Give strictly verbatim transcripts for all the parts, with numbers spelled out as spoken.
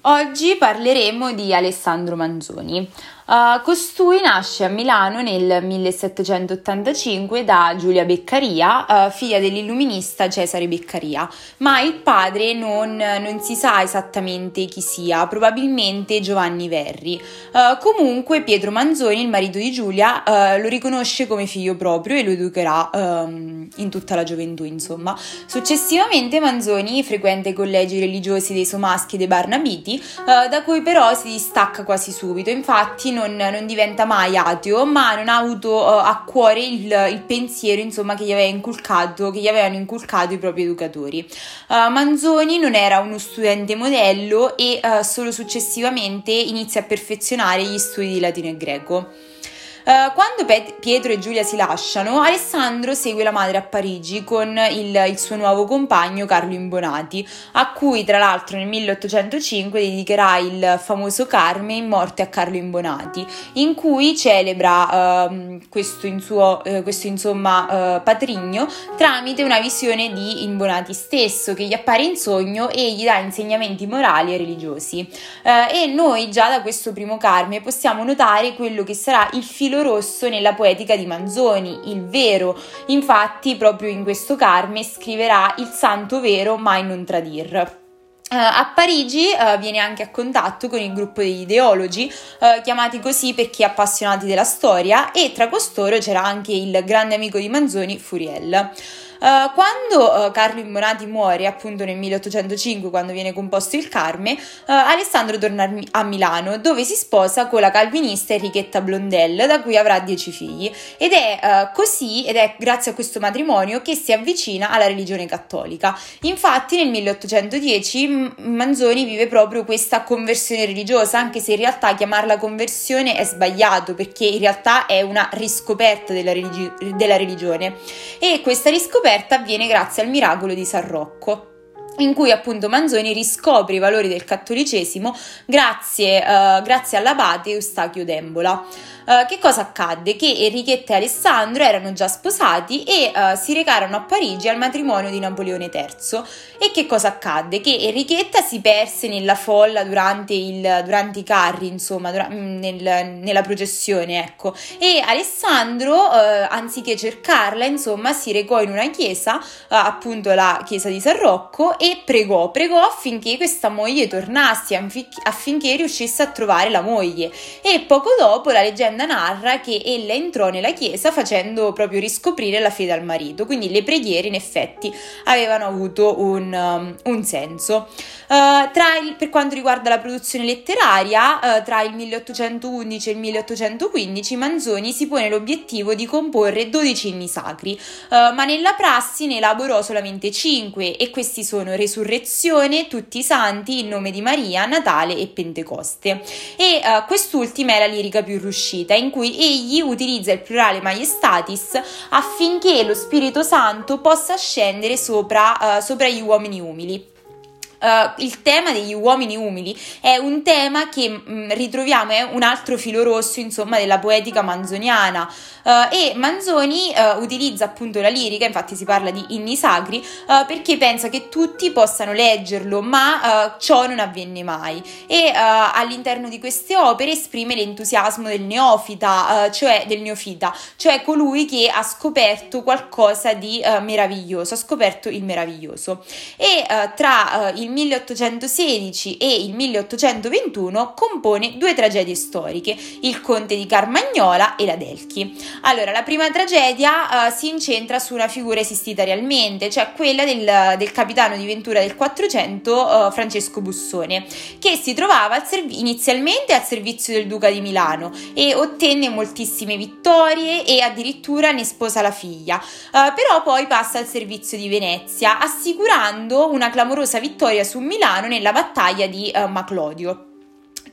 Oggi parleremo di Alessandro Manzoni. Uh, costui nasce a Milano nel millesettecentottantacinque da Giulia Beccaria, uh, figlia dell'illuminista Cesare Beccaria, ma il padre non, non si sa esattamente chi sia, probabilmente Giovanni Verri. Uh, comunque Pietro Manzoni, il marito di Giulia, uh, lo riconosce come figlio proprio e lo educherà um, in tutta la gioventù, insomma. Successivamente Manzoni frequenta i collegi religiosi dei Somaschi e dei Barnabiti, uh, da cui però si distacca quasi subito. Infatti Non, non diventa mai ateo, ma non ha avuto uh, a cuore il, il pensiero, insomma, che gli aveva inculcato, che gli avevano inculcato i propri educatori. Uh, Manzoni non era uno studente modello e uh, solo successivamente inizia a perfezionare gli studi di latino e greco. Uh, quando Pet- Pietro e Giulia si lasciano, Alessandro segue la madre a Parigi con il, il suo nuovo compagno Carlo Imbonati, a cui tra l'altro nel milleottocentocinque dedicherà il famoso Carme in morte a Carlo Imbonati, in cui celebra uh, questo, in suo, uh, questo insomma uh, patrigno tramite una visione di Imbonati stesso che gli appare in sogno e gli dà insegnamenti morali e religiosi. Uh, e noi già da questo primo Carme possiamo notare quello che sarà il filo rosso nella poetica di Manzoni, il vero. Infatti proprio in questo Carme scriverà il santo vero mai non tradir. Uh, a Parigi uh, viene anche a contatto con il gruppo degli ideologi, uh, chiamati così perché appassionati della storia, e tra costoro c'era anche il grande amico di Manzoni, Furiel. Uh, quando uh, Carlo Imbonati muore, appunto nel milleottocentocinque, quando viene composto il Carme, uh, Alessandro torna a Milano, dove si sposa con la calvinista Enrichetta Blondel, da cui avrà dieci figli, ed è uh, così, ed è grazie a questo matrimonio che si avvicina alla religione cattolica. Infatti nel milleottocentodieci M- Manzoni vive proprio questa conversione religiosa, anche se in realtà chiamarla conversione è sbagliato, perché in realtà è una riscoperta della, religi- della religione, e questa riscoperta avviene grazie al miracolo di San Rocco, in cui appunto Manzoni riscopre i valori del cattolicesimo grazie, uh, grazie all'abate Eustachio d'Embola. Uh, che cosa accadde? Che Enrichetta e Alessandro erano già sposati e uh, si recarono a Parigi al matrimonio di Napoleone terzo. E che cosa accadde? Che Enrichetta si perse nella folla durante, il, durante i carri, insomma, dura, nel, nella processione, ecco. E Alessandro, uh, anziché cercarla, insomma, si recò in una chiesa, uh, appunto la chiesa di San Rocco, e pregò, pregò affinché questa moglie tornasse, affinché riuscisse a trovare la moglie. E poco dopo la leggenda narra che ella entrò nella chiesa facendo proprio riscoprire la fede al marito, quindi le preghiere in effetti avevano avuto un, um, un senso. Uh, tra il, per quanto riguarda la produzione letteraria, uh, tra il milleottocentoundici e il milleottocentoquindici Manzoni si pone l'obiettivo di comporre dodici inni sacri, uh, ma nella prassi ne elaborò solamente cinque, e questi sono Resurrezione, Tutti i Santi, Il nome di Maria, Natale e Pentecoste. E uh, quest'ultima è la lirica più riuscita, in cui egli utilizza il plurale Maiestatis affinché lo Spirito Santo possa scendere sopra, uh, sopra gli uomini umili. Uh, il tema degli uomini umili è un tema che mh, ritroviamo, è un altro filo rosso, insomma, della poetica manzoniana, uh, e Manzoni uh, utilizza appunto la lirica, infatti si parla di inni sacri, uh, perché pensa che tutti possano leggerlo, ma uh, ciò non avvenne mai, e uh, all'interno di queste opere esprime l'entusiasmo del neofita, uh, cioè del neofita, cioè colui che ha scoperto qualcosa di uh, meraviglioso, ha scoperto il meraviglioso. E uh, tra uh, il milleottocentosedici e il milleottocentoventuno compone due tragedie storiche, Il Conte di Carmagnola e l'Adelchi. Allora, la prima tragedia uh, si incentra su una figura esistita realmente, cioè quella del, del capitano di Ventura del Quattrocento, uh, Francesco Bussone, che si trovava al serv- inizialmente al servizio del Duca di Milano e ottenne moltissime vittorie e addirittura ne sposa la figlia, uh, però poi passa al servizio di Venezia, assicurando una clamorosa vittoria su Milano nella battaglia di uh, Maclodio.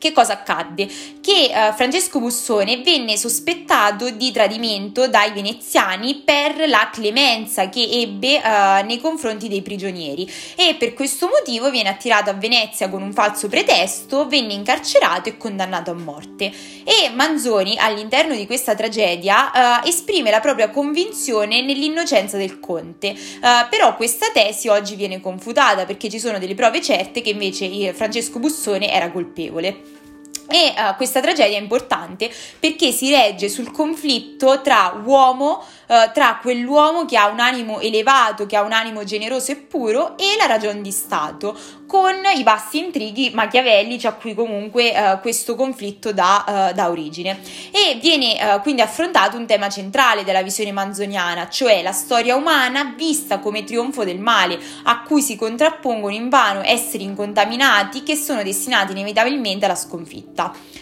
che cosa accadde? Che uh, Francesco Bussone venne sospettato di tradimento dai veneziani per la clemenza che ebbe uh, nei confronti dei prigionieri, e per questo motivo viene attirato a Venezia con un falso pretesto, venne incarcerato e condannato a morte. E Manzoni, all'interno di questa tragedia, uh, esprime la propria convinzione nell'innocenza del conte, uh, però questa tesi oggi viene confutata perché ci sono delle prove certe che invece Francesco Bussone era colpevole. E uh, questa tragedia è importante perché si regge sul conflitto tra uomo, uh, tra quell'uomo che ha un animo elevato, che ha un animo generoso e puro, e la ragion di Stato, con i bassi intrighi machiavellici a cui comunque uh, questo conflitto dà, uh, dà origine. E viene uh, quindi affrontato un tema centrale della visione manzoniana, cioè la storia umana vista come trionfo del male, a cui si contrappongono invano esseri incontaminati che sono destinati inevitabilmente alla sconfitta.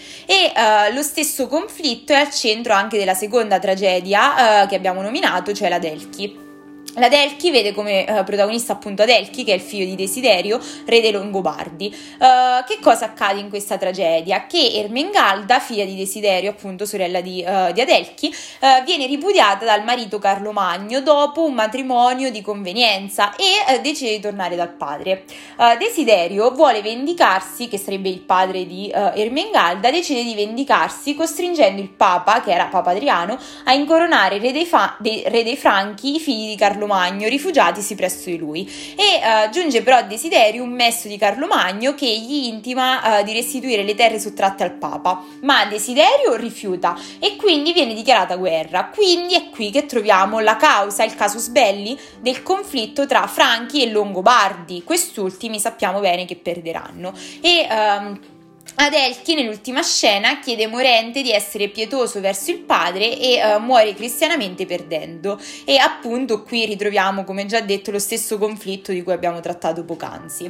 E uh, lo stesso conflitto è al centro anche della seconda tragedia uh, che abbiamo nominato, cioè la Delchi. La Delchi vede come uh, protagonista appunto Adelchi, che è il figlio di Desiderio, re dei Longobardi. Uh, che cosa accade in questa tragedia? Che Ermengalda, figlia di Desiderio, appunto sorella di, uh, di Adelchi, uh, viene ripudiata dal marito Carlo Magno dopo un matrimonio di convenienza e uh, decide di tornare dal padre. Uh, Desiderio vuole vendicarsi, che sarebbe il padre di uh, Ermengalda, decide di vendicarsi costringendo il Papa, che era Papa Adriano, a incoronare re dei, fa- dei, re dei Franchi, i figli di Carlo Magno, rifugiatisi presso di lui. E uh, giunge però a Desiderio un messo di Carlo Magno che gli intima uh, di restituire le terre sottratte al Papa, ma Desiderio rifiuta e quindi viene dichiarata guerra. Quindi è qui che troviamo la causa, il casus belli del conflitto tra Franchi e Longobardi. Quest'ultimi sappiamo bene che perderanno. E um, Adelchi nell'ultima scena chiede morente di essere pietoso verso il padre e uh, muore cristianamente perdendo, e appunto qui ritroviamo, come già detto, lo stesso conflitto di cui abbiamo trattato poc'anzi.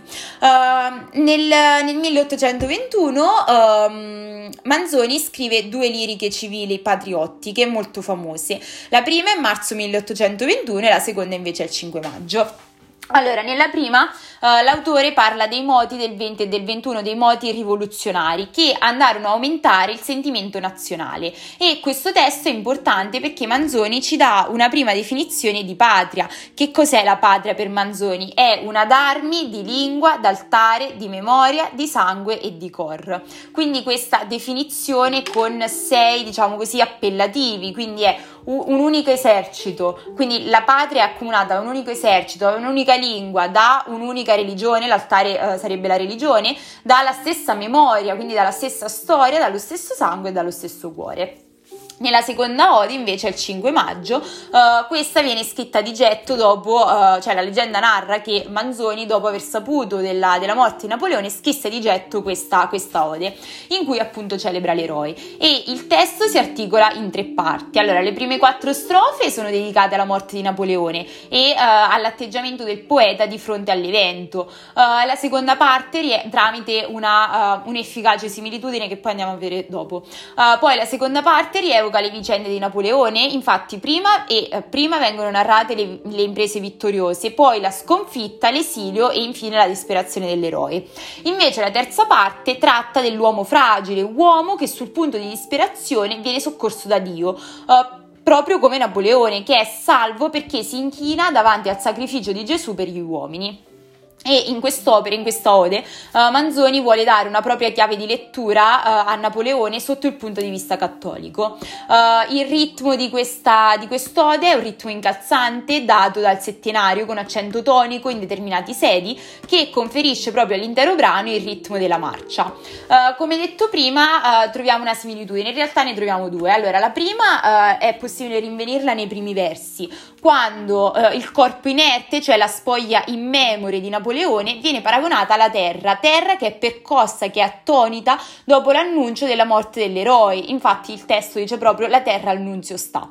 Uh, nel, nel milleottocentoventuno um, Manzoni scrive due liriche civili patriottiche molto famose. La prima è marzo milleottocentoventuno e la seconda invece è il cinque maggio. Allora, nella prima uh, l'autore parla dei moti del venti e del ventuno, dei moti rivoluzionari che andarono a aumentare il sentimento nazionale, e questo testo è importante perché Manzoni ci dà una prima definizione di patria. Che cos'è la patria per Manzoni? È una d'armi, di lingua, d'altare, di memoria, di sangue e di cor. Quindi questa definizione con sei, diciamo così, appellativi, quindi è un unico esercito, quindi la patria è accomunata da un unico esercito, da un'unica lingua, da un'unica religione, l'altare eh, sarebbe la religione, dalla stessa memoria, quindi dalla stessa storia, dallo stesso sangue e dallo stesso cuore. Nella seconda ode invece è il cinque maggio, uh, questa viene scritta di getto dopo, uh, cioè la leggenda narra che Manzoni, dopo aver saputo della, della morte di Napoleone, scrisse di getto questa, questa ode in cui appunto celebra l'eroe, e il testo si articola in tre parti. Allora, le prime quattro strofe sono dedicate alla morte di Napoleone e uh, all'atteggiamento del poeta di fronte all'evento. Uh, la seconda parte rie- tramite una, uh, un'efficace similitudine che poi andiamo a vedere dopo. Uh, poi la seconda parte rievoca le vicende di Napoleone, infatti prima, e, eh, prima vengono narrate le, le imprese vittoriose, poi la sconfitta, l'esilio e infine la disperazione dell'eroe. Invece la terza parte tratta dell'uomo fragile, uomo che sul punto di disperazione viene soccorso da Dio, eh, proprio come Napoleone, che è salvo perché si inchina davanti al sacrificio di Gesù per gli uomini. E in quest'opera, in questa ode, uh, Manzoni vuole dare una propria chiave di lettura uh, a Napoleone sotto il punto di vista cattolico. Uh, il ritmo di questa di quest'ode è un ritmo incalzante dato dal settenario con accento tonico in determinati sedi, che conferisce proprio all'intero brano il ritmo della marcia. Uh, come detto prima, uh, troviamo una similitudine, in realtà ne troviamo due. Allora, la prima uh, è possibile rinvenirla nei primi versi, quando uh, il corpo inerte, cioè la spoglia immemore di Napoleone, viene paragonata alla terra, terra che è percossa, che è attonita dopo l'annuncio della morte dell'eroe. Infatti il testo dice proprio: la terra al nunzio sta.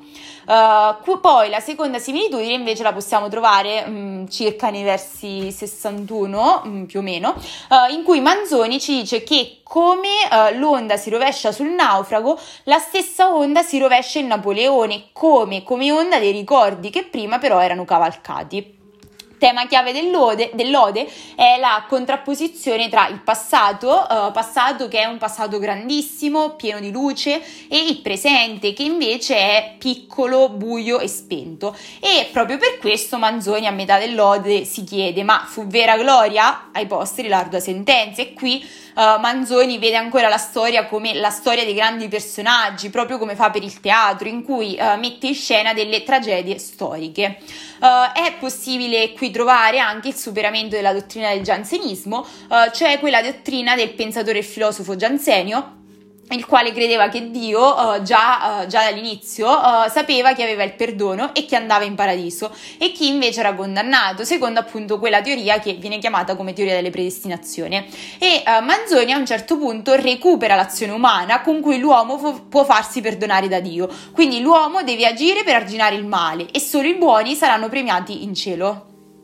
Uh, poi la seconda similitudine invece la possiamo trovare mh, circa nei versi sessantuno, mh, più o meno, uh, in cui Manzoni ci dice che come uh, l'onda si rovescia sul naufrago, la stessa onda si rovescia in Napoleone, come, come onda dei ricordi che prima però erano cavalcati. Tema chiave dell'ode, dell'ode è la contrapposizione tra il passato, uh, passato che è un passato grandissimo, pieno di luce, e il presente che invece è piccolo, buio e spento. E proprio per questo Manzoni a metà dell'ode si chiede: ma fu vera gloria? Ai posteri l'ardua sentenza. E qui uh, Manzoni vede ancora la storia come la storia dei grandi personaggi, proprio come fa per il teatro, in cui uh, mette in scena delle tragedie storiche. Uh, è possibile qui trovare anche il superamento della dottrina del giansenismo, uh, cioè quella dottrina del pensatore e filosofo Giansenio, il quale credeva che Dio uh, già, uh, già dall'inizio uh, sapeva chi aveva il perdono e chi andava in paradiso e chi invece era condannato, secondo appunto quella teoria che viene chiamata come teoria delle predestinazioni. E uh, Manzoni a un certo punto recupera l'azione umana con cui l'uomo fu- può farsi perdonare da Dio, quindi l'uomo deve agire per arginare il male e solo i buoni saranno premiati in cielo.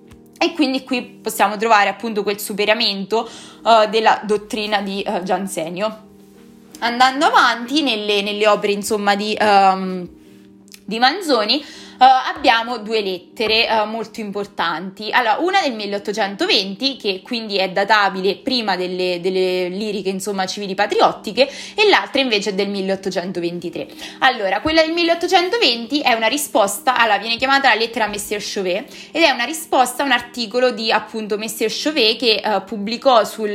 E quindi qui possiamo trovare appunto quel superamento uh, della dottrina di uh, Giansenio. Andando avanti nelle, nelle opere insomma di, um, di Manzoni, Uh, abbiamo due lettere uh, molto importanti. Allora, una del milleottocentoventi, che quindi è databile prima delle, delle liriche insomma civili patriottiche, e l'altra invece è del milleottocentoventitré. Allora, quella del milleottocentoventi è una risposta alla, viene chiamata la lettera a Messier Chauvet, ed è una risposta a un articolo di appunto Messier Chauvet che uh, pubblicò sul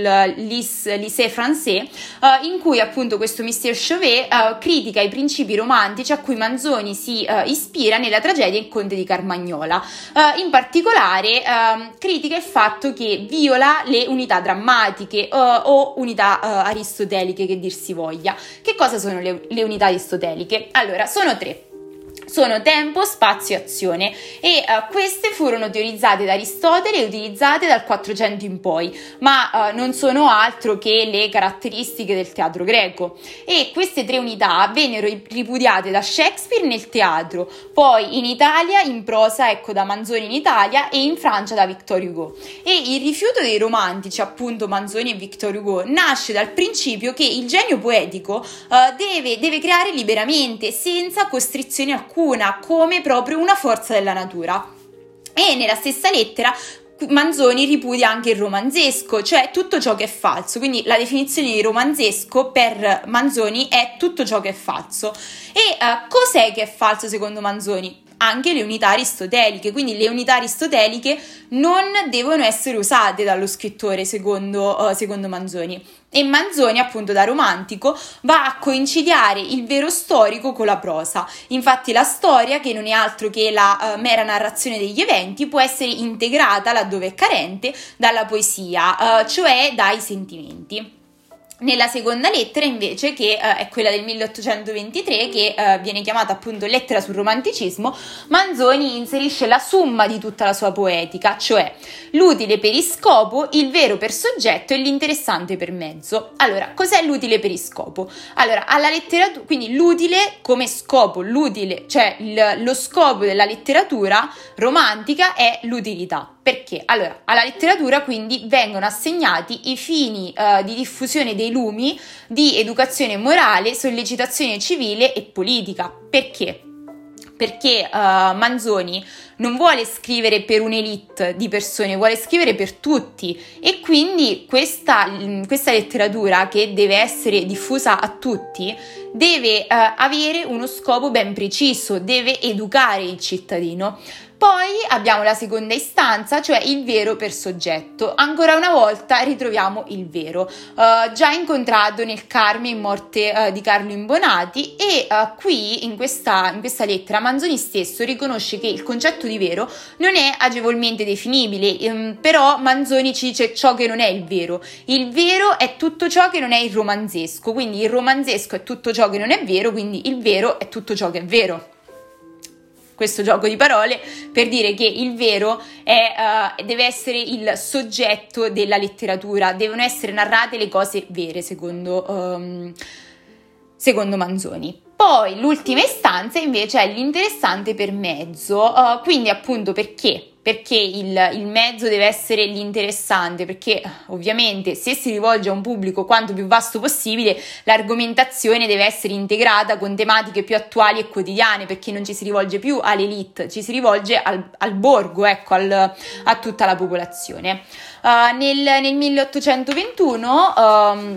Lycée Français, uh, in cui appunto questo Messier Chauvet uh, critica i principi romantici a cui Manzoni si uh, ispira nella tragedia Il Conte di Carmagnola. Uh, in particolare uh, critica il fatto che viola le unità drammatiche uh, o unità uh, aristoteliche, che dir si voglia. Che cosa sono le, le unità aristoteliche? Allora, sono tre. Sono tempo, spazio e azione, e uh, queste furono teorizzate da Aristotele e utilizzate dal quattrocento in poi, ma uh, non sono altro che le caratteristiche del teatro greco. E queste tre unità vennero ripudiate da Shakespeare nel teatro, poi in Italia in prosa, ecco, da Manzoni in Italia, e in Francia da Victor Hugo. E il rifiuto dei romantici, appunto Manzoni e Victor Hugo, nasce dal principio che il genio poetico uh, deve, deve creare liberamente, senza costrizioni alcune, come proprio una forza della natura. E nella stessa lettera Manzoni ripudia anche il romanzesco, cioè tutto ciò che è falso. Quindi la definizione di romanzesco per Manzoni è tutto ciò che è falso. E uh, cos'è che è falso secondo Manzoni? Anche le unità aristoteliche, quindi le unità aristoteliche non devono essere usate dallo scrittore secondo, uh, secondo Manzoni. E Manzoni, appunto, da romantico va a coincidiare il vero storico con la prosa. Infatti la storia, che non è altro che la uh, mera narrazione degli eventi, può essere integrata, laddove è carente, dalla poesia, uh, cioè dai sentimenti. Nella seconda lettera invece, che uh, è quella del milleottocentoventitré, che uh, viene chiamata appunto lettera sul romanticismo, Manzoni inserisce la summa di tutta la sua poetica, cioè l'utile per iscopo, il vero per soggetto e l'interessante per mezzo. Allora, cos'è l'utile per iscopo? Allora, alla letteratura, quindi l'utile come scopo, l'utile, cioè il, lo scopo della letteratura romantica è l'utilità. Perché? Allora, alla letteratura quindi vengono assegnati i fini uh, di diffusione dei lumi, di educazione morale, sollecitazione civile e politica. Perché? Perché uh, Manzoni non vuole scrivere per un'elite di persone, vuole scrivere per tutti, e quindi questa, questa letteratura, che deve essere diffusa a tutti, deve uh, avere uno scopo ben preciso, deve educare il cittadino. Poi abbiamo la seconda istanza, cioè il vero per soggetto. Ancora una volta ritroviamo il vero, uh, già incontrato nel Carme in morte uh, di Carlo Imbonati, e uh, qui in questa, in questa lettera Manzoni stesso riconosce che il concetto di vero non è agevolmente definibile, um, però Manzoni ci dice ciò che non è il vero. Il vero è tutto ciò che non è il romanzesco, quindi il romanzesco è tutto ciò che non è vero, quindi il vero è tutto ciò che è vero. Questo gioco di parole per dire che il vero è, uh, deve essere il soggetto della letteratura, devono essere narrate le cose vere secondo, um, secondo Manzoni. Poi l'ultima istanza invece è l'interessante per mezzo, uh, quindi appunto perché? perché il, il mezzo deve essere l'interessante, perché ovviamente se si rivolge a un pubblico quanto più vasto possibile, l'argomentazione deve essere integrata con tematiche più attuali e quotidiane, perché non ci si rivolge più all'elite, ci si rivolge al, al borgo, ecco, al, a tutta la popolazione. Uh, nel, nel milleottocentoventuno um,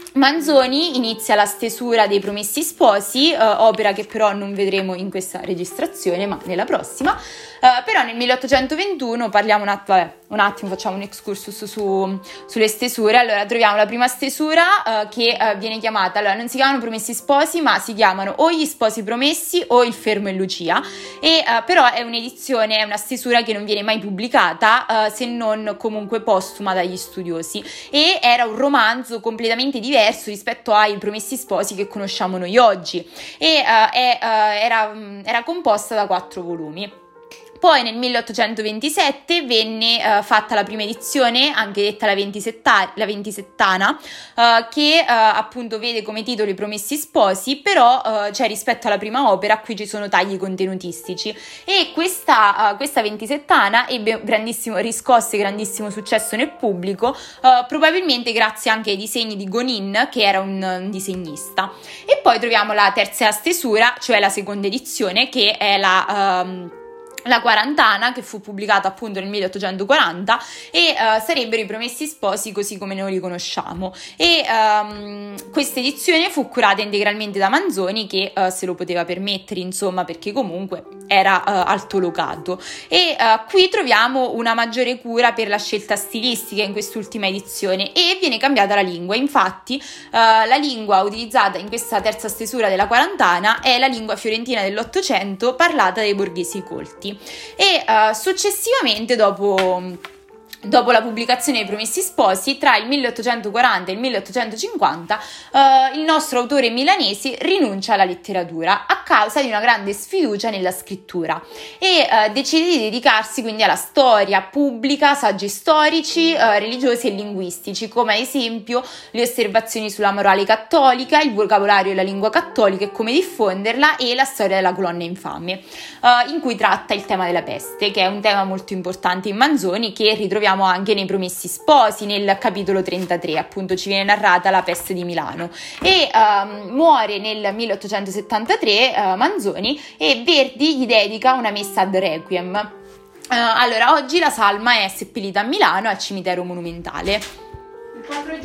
Manzoni inizia la stesura dei Promessi Sposi, eh, opera che però non vedremo in questa registrazione ma nella prossima. Eh, però nel milleottocentoventuno parliamo un attimo, vabbè, un attimo facciamo un excursus su, sulle stesure. Allora troviamo la prima stesura eh, che eh, viene chiamata, allora non si chiamano Promessi Sposi ma si chiamano o Gli Sposi Promessi o Il Fermo e Lucia, e eh, però è un'edizione, è una stesura che non viene mai pubblicata eh, se non comunque postuma dagli studiosi, e era un romanzo completamente diverso rispetto ai Promessi Sposi che conosciamo noi oggi, e uh, è, uh, era, era composta da quattro volumi. Poi nel milleottocentoventisette venne uh, fatta la prima edizione, anche detta la, ventisetta, la ventisettana, uh, che uh, appunto vede come titolo I Promessi Sposi, però uh, cioè rispetto alla prima opera qui ci sono tagli contenutistici, e questa, uh, questa ventisettana ebbe grandissimo, riscosse grandissimo successo nel pubblico, uh, probabilmente grazie anche ai disegni di Gonin, che era un, un disegnista. E poi troviamo la terza stesura, cioè la seconda edizione, che è la... Um, La quarantana, che fu pubblicata appunto nel milleottocentoquaranta, e uh, sarebbero I Promessi Sposi così come noi li conosciamo, e um, questa edizione fu curata integralmente da Manzoni, che uh, se lo poteva permettere, insomma, perché comunque era uh, altolocato, e uh, qui troviamo una maggiore cura per la scelta stilistica in quest'ultima edizione, e viene cambiata la lingua. Infatti uh, la lingua utilizzata in questa terza stesura della quarantana è la lingua fiorentina dell'Ottocento parlata dai borghesi colti. E uh, successivamente, dopo Dopo la pubblicazione dei Promessi Sposi, tra il milleottocentoquaranta e il milleottocentocinquanta, eh, il nostro autore milanese rinuncia alla letteratura a causa di una grande sfiducia nella scrittura, e eh, decide di dedicarsi quindi alla storia pubblica, saggi storici, eh, religiosi e linguistici, come ad esempio le osservazioni sulla morale cattolica, il vocabolario e la lingua cattolica e come diffonderla, e la storia della colonna infame, eh, in cui tratta il tema della peste, che è un tema molto importante in Manzoni, che ritroviamo anche nei Promessi Sposi. Nel capitolo trentatré appunto ci viene narrata la peste di Milano, e um, muore nel milleottocentosettantatré uh, Manzoni, e Verdi gli dedica una messa ad requiem. Uh, allora oggi la salma è seppellita a Milano al cimitero monumentale.